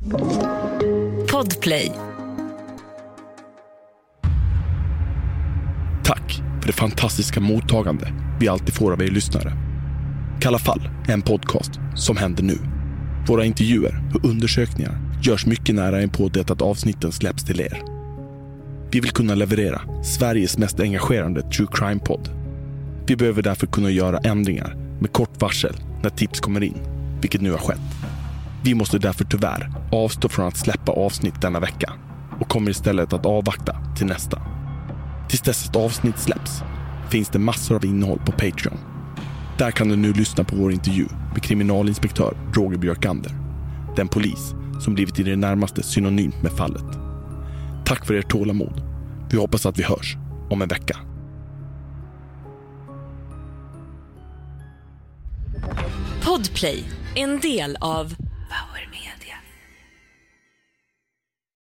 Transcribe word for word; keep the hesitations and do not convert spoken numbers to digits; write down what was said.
Podplay. Tack för det fantastiska mottagande vi alltid får av er lyssnare. Kalla fall är en podcast som händer nu. Våra intervjuer och undersökningar görs mycket nära in på det att avsnitten släpps till er. Vi vill kunna leverera Sveriges mest engagerande true crime-podd. Vi behöver därför kunna göra ändringar med kort varsel när tips kommer in, vilket nu har skett. Vi måste därför tyvärr avstå från att släppa avsnitt denna vecka och kommer istället att avvakta till nästa. Tills dess ett avsnitt släpps finns det massor av innehåll på Patreon. Där kan du nu lyssna på vår intervju med kriminalinspektör Roger Björkander, den polis som blivit i det närmaste synonymt med fallet. Tack för ert tålamod. Vi hoppas att vi hörs om en vecka. Podplay, en del av Power